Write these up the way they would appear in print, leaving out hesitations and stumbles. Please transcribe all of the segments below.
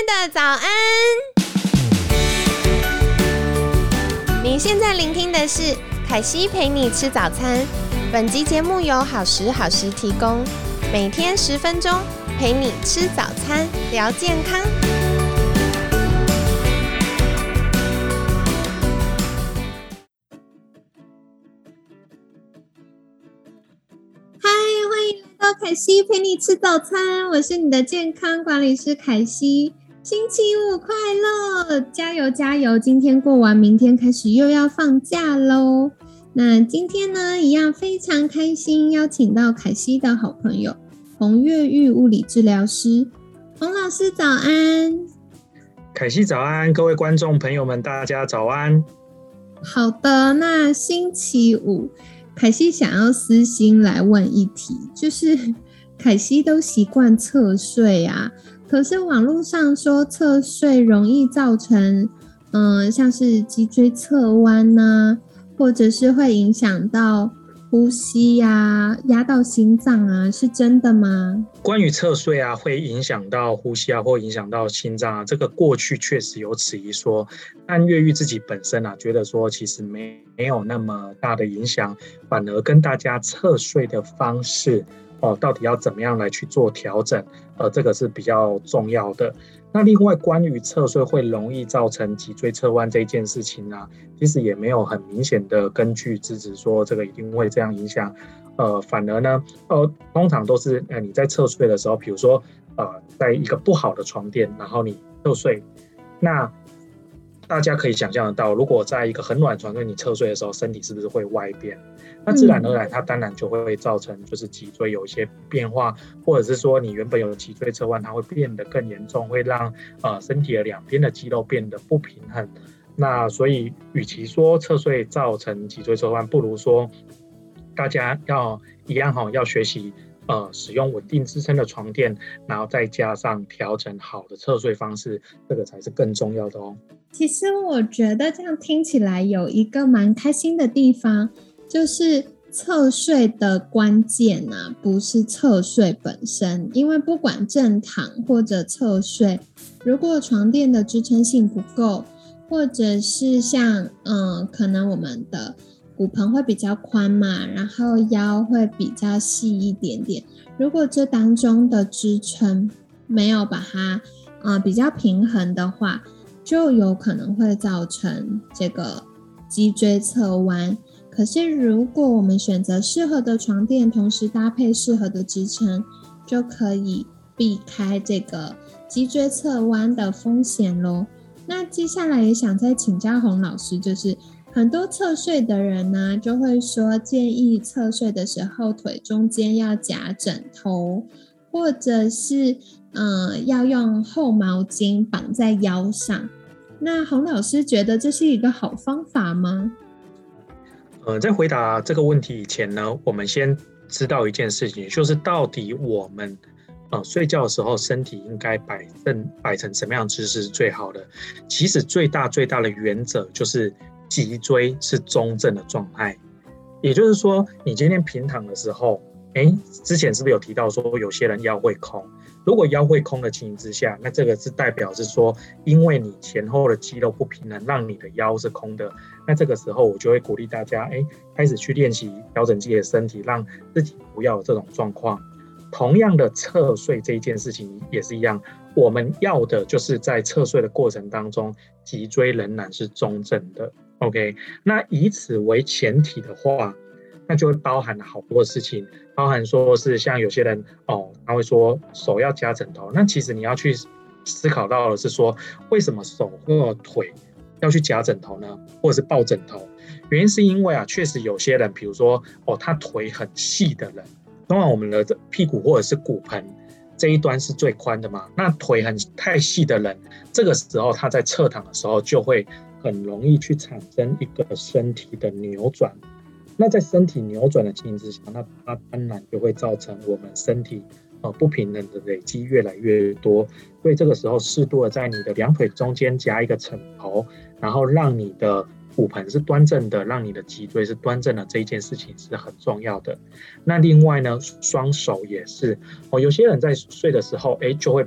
的早安。你现在聆听的是凯西陪你吃早餐。本集节目由好时好食提供，每天10分钟，陪你吃早餐，聊健康。嗨，欢迎来到凯西陪你吃早餐，我是你的健康管理师凯西。星期五快乐，加油加油！今天过完，明天开始又要放假咯。那今天呢，一样非常开心，邀请到凯西的好朋友洪月玉物理治疗师。洪老师早安。 凯西早安，各位观众朋友们大家早安。 好的，那星期五凯西想要私心来问一题，就是凯西都习惯侧睡啊，可是网络上说侧睡容易造成像是脊椎侧弯啊，或者是会影响到呼吸啊，压到心脏啊，是真的吗？ 关于侧睡啊，会影响到呼吸啊，或影响到心脏啊，这个过去确实有此一说，但月玉自己本身啊，觉得说其实没有那么大的影响，反而跟大家侧睡的方式到底要怎么样来去做调整，这个是比较重要的。那另外关于侧睡会容易造成脊椎侧弯这一件事情啊，其实也没有很明显的根据支持说这个一定会这样影响。反而呢，通常都是你在侧睡的时候，比如说在一个不好的床垫，然后你侧睡，那大家可以想象得到，如果在一个很暖的床垫你侧睡的时候，身体是不是会外变？那自然而然它当然就会造成就是脊椎有一些变化，或者是说你原本有脊椎侧弯，它会变得更严重，会让身体的两边的肌肉变得不平衡。那所以与其说侧睡造成脊椎侧弯，不如说大家要一样要学习使用稳定支撑的床垫，然后再加上调整好的侧睡方式，这个才是更重要的哦。 其实我觉得这样听起来有一个蛮开心的地方，就是侧睡的关键啊，不是侧睡本身，因为不管正躺或者侧睡，如果床垫的支撑性不够，或者是像可能我们的骨盆会比较宽嘛，然后腰会比较细一点点，如果这当中的支撑没有把它比较平衡的话，就有可能会造成这个脊椎侧弯。可是如果我们选择适合的床垫，同时搭配适合的支撑，就可以避开这个脊椎侧弯的风险咯。那接下来也想再请教洪老师，就是很多侧睡的人呢，就会说建议侧睡的时候腿中间要夹枕头，或者是要用厚毛巾绑在腰上。那洪老师觉得这是一个好方法吗？ 在回答这个问题以前呢，我们先知道一件事情，就是到底我们睡觉的时候身体应该摆成什么样的姿势是最好的。其实最大的原则就是脊椎是中正的状态，也就是说你今天平躺的时候，之前是不是有提到说有些人腰会空？如果腰会空的情形之下，那这个是代表是说，因为你前后的肌肉不平衡，让你的腰是空的。那这个时候我就会鼓励大家，开始去练习调整自己的身体，让自己不要有这种状况。同样的，侧睡这一件事情也是一样，我们要的就是在侧睡的过程当中，脊椎仍然是中正的。OK， 那以此为前提的话，那就会包含了好多的事情，包含说是像有些人他会说手要夹枕头，那其实你要去思考到的是说，为什么手或腿要去夹枕头呢，或者是抱枕头？原因是因为确实有些人，比如说他腿很细的人，通常我们的屁股或者是骨盆这一端是最宽的嘛，那腿太细的人，这个时候他在侧躺的时候就会很容易去产生一个身体的扭转。那在身体扭转的情形之下，那它当然就会造成我们身体不平衡的累积越来越多。所以这个时候适度的在你的两腿中间夹一个枕头，然后让你的骨盆是端正的，让你的脊椎是端正的，这一件事情是很重要的。那另外呢，双手也是有些人在睡的时候就会把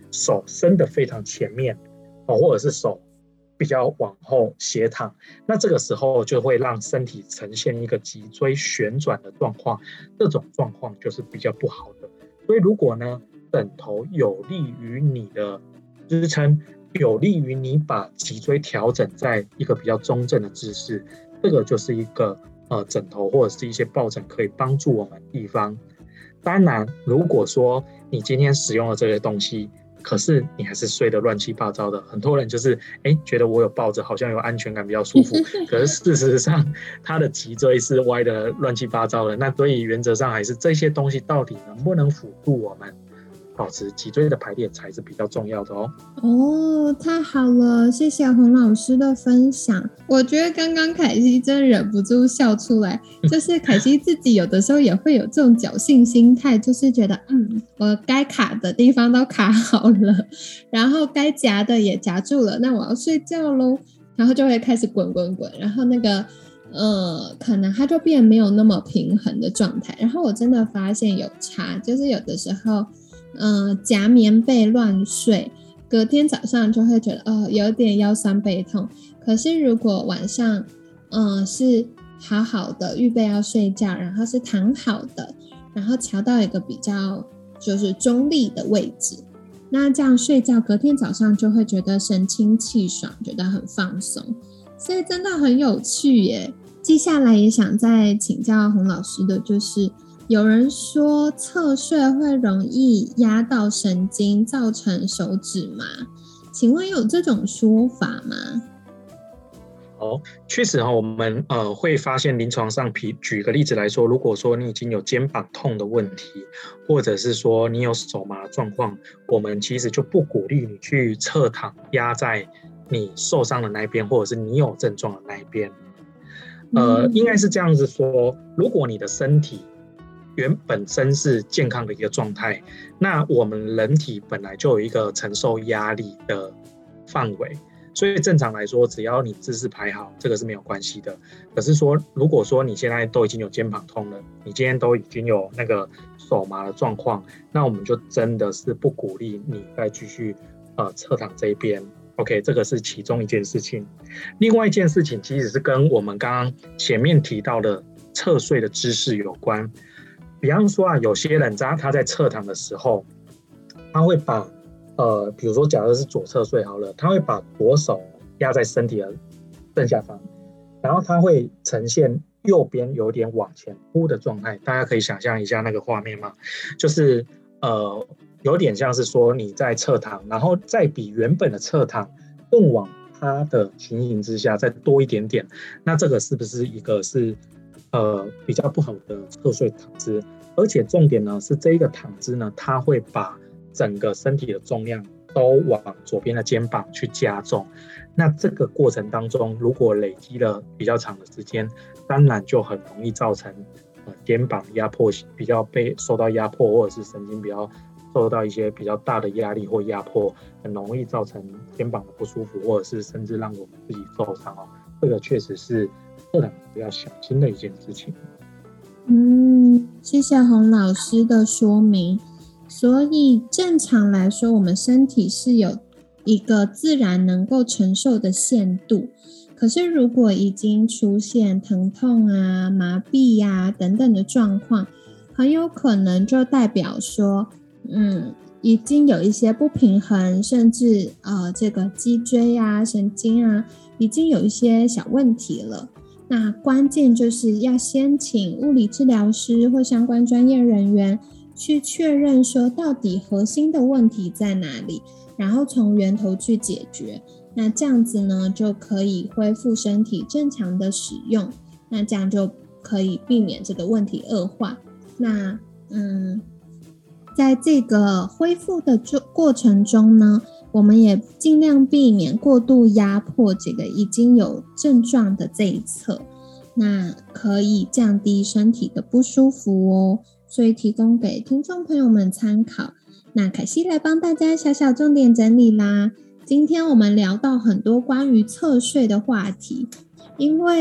手伸得非常前面，或者是手比较往后斜躺，那这个时候就会让身体呈现一个脊椎旋转的状况，这种状况就是比较不好的。所以如果呢，枕头有利于你的支撑，有利于你把脊椎调整在一个比较中正的姿势，这个就是一个枕头或者是一些抱枕可以帮助我们的地方。当然，如果说你今天使用了这些东西，可是你还是睡得乱七八糟的，很多人就是觉得我有抱着好像有安全感比较舒服，可是事实上他的脊椎是歪的乱七八糟的。那所以原则上还是这些东西到底能不能辅助我们保持脊椎的排列才是比较重要的哦，太好了，谢谢洪老师的分享。我觉得刚刚凯西真忍不住笑出来，就是凯西自己有的时候也会有这种侥幸心态，就是觉得我该卡的地方都卡好了，然后该夹的也夹住了，那我要睡觉咯，然后就会开始滚，然后那个可能它就变没有那么平衡的状态。然后我真的发现有差，就是有的时候夹棉被乱睡，隔天早上就会觉得有点腰酸背痛。可是如果晚上是好好的预备要睡觉，然后是躺好的，然后调到一个比较就是中立的位置，那这样睡觉隔天早上就会觉得神清气爽，觉得很放松，所以真的很有趣耶。接下来也想再请教洪老师的就是有人说侧睡会容易压到神经，造成手指麻，请问有这种说法吗？ 确实我们会发现临床上，举个例子来说，如果说你已经有肩膀痛的问题，或者是说你有手麻的状况，我们其实就不鼓励你去侧躺压在你受伤的那一边，或者是你有症状的那一边。应该是这样子说，如果你的身体本身是健康的一个状态，那我们人体本来就有一个承受压力的范围，所以正常来说，只要你姿势排好，这个是没有关系的。可是说，如果说你现在都已经有肩膀痛了，你今天都已经有那个手麻的状况，那我们就真的是不鼓励你再继续侧躺这一边。OK， 这个是其中一件事情。另外一件事情其实是跟我们刚刚前面提到的侧睡的姿势有关。比方说有些人他在侧躺的时候，他会把比如说假如是左侧睡好了，他会把左手压在身体的正下方，然后他会呈现右边有点往前扑的状态。大家可以想象一下那个画面吗？就是有点像是说你在侧躺，然后再比原本的侧躺更往它的情形之下再多一点点，那这个是不是一个是比较不好的侧睡躺姿？而且重点呢是这一个躺姿呢，它会把整个身体的重量都往左边的肩膀去加重。那这个过程当中，如果累积了比较长的时间，当然就很容易造成肩膀压迫比较被受到压迫，或者是神经比较受到一些比较大的压力或压迫，很容易造成肩膀的不舒服，或者是甚至让我们自己受伤这个确实是侧躺比较小心的一件事情。 谢谢洪老师的说明。所以正常来说，我们身体是有一个自然能够承受的限度，可是如果已经出现疼痛啊、麻痹啊等等的状况，很有可能就代表说已经有一些不平衡，甚至这个脊椎啊、神经啊已经有一些小问题了。那关键就是要先请物理治疗师或相关专业人员去确认说到底核心的问题在哪里，然后从源头去解决。那这样子呢，就可以恢复身体正常的使用，那这样就可以避免这个问题恶化。那在这个恢复的过程中呢，我们也尽量避免过度压迫这个已经有症状的这一侧，那可以降低身体的不舒服哦。所以提供给听众朋友们参考。那凯西来帮大家小小重点整理啦。今天我们聊到很多关于侧睡的话题，因为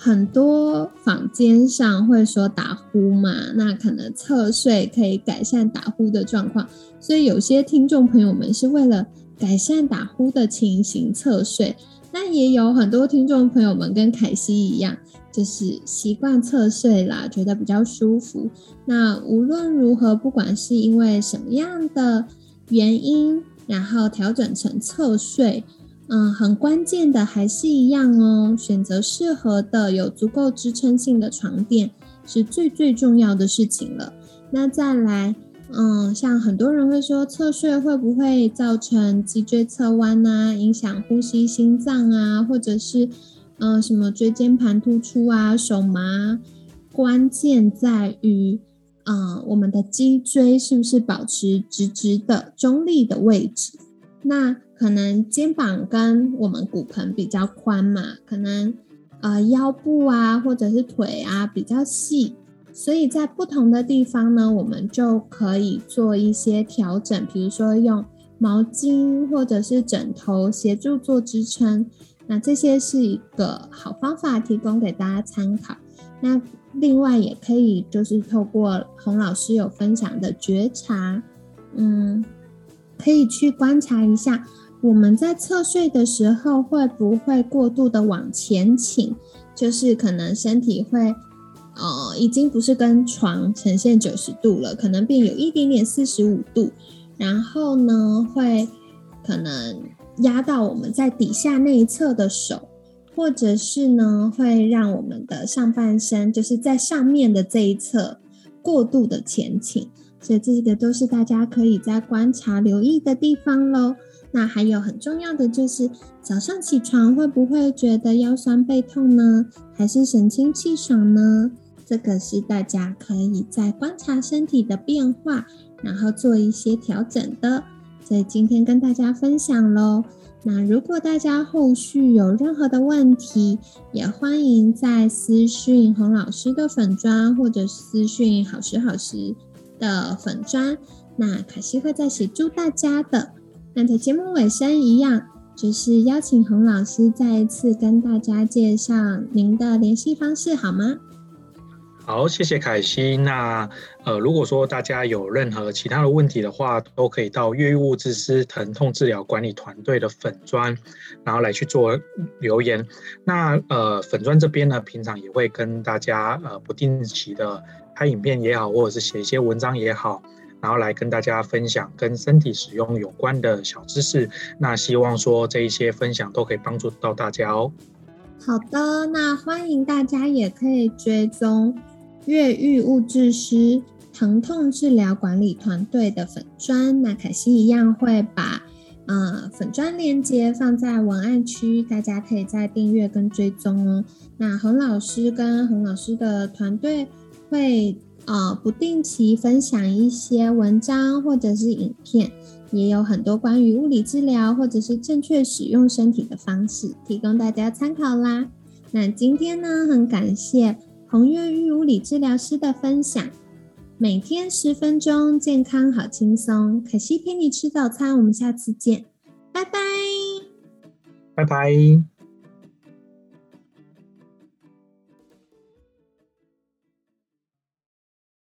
很多坊间上会说打呼嘛，那可能侧睡可以改善打呼的状况，所以有些听众朋友们是为了改善打呼的情形侧睡，那也有很多听众朋友们跟凯西一样，就是习惯侧睡啦，觉得比较舒服。那无论如何，不管是因为什么样的原因，然后调整成侧睡，很关键的还是一样哦，选择适合的有足够支撑性的床垫是最重要的事情了。那再来，像很多人会说侧睡会不会造成脊椎侧弯啊，影响呼吸、心脏啊，或者是什么椎间盘突出啊、手麻，关键在于我们的脊椎是不是保持直直的中立的位置。那可能肩膀跟我们骨盆比较宽嘛，可能腰部啊或者是腿啊比较细，所以在不同的地方呢，我们就可以做一些调整，比如说用毛巾或者是枕头协助做支撑，那这些是一个好方法，提供给大家参考。那另外也可以就是透过洪老师有分享的觉察，可以去观察一下我们在侧睡的时候会不会过度的往前倾，就是可能身体会已经不是跟床呈现90度了，可能变有一点点45度，然后呢会可能压到我们在底下那一侧的手，或者是呢会让我们的上半身就是在上面的这一侧过度的前倾，所以这个都是大家可以在观察留意的地方咯。那还有很重要的就是早上起床会不会觉得腰酸背痛呢？还是神清气爽呢？这个是大家可以在观察身体的变化，然后做一些调整的。所以今天跟大家分享咯。那如果大家后续有任何的问题，也欢迎在私讯洪老师的粉专，或者私讯好时的粉专，那凯西会再协助大家的。那在节目尾声一样，就是邀请洪老师再一次跟大家介绍您的联系方式好吗？ 好，谢谢凯西。那如果说大家有任何其他的问题的话，都可以到越狱物质师疼痛治疗管理团队的粉专，然后来去做留言。那粉专这边呢，平常也会跟大家不定期的拍影片也好，或者是写一些文章也好，然后来跟大家分享跟身体使用有关的小知识。那希望说这一些分享都可以帮助到大家哦。 好的，那欢迎大家也可以追踪越狱物质师疼痛治疗管理团队的粉专，那凯西一样会把粉专链接放在文案区，大家可以再订阅跟追踪哦。那洪老师跟洪老师的团队会不定期分享一些文章或者是影片，也有很多关于物理治疗或者是正确使用身体的方式提供大家参考啦。那今天呢，很感谢洪越狱物理治疗师的分享，每天10分钟，健康好轻松。凯西陪你吃早餐，我们下次见，拜拜， 拜拜。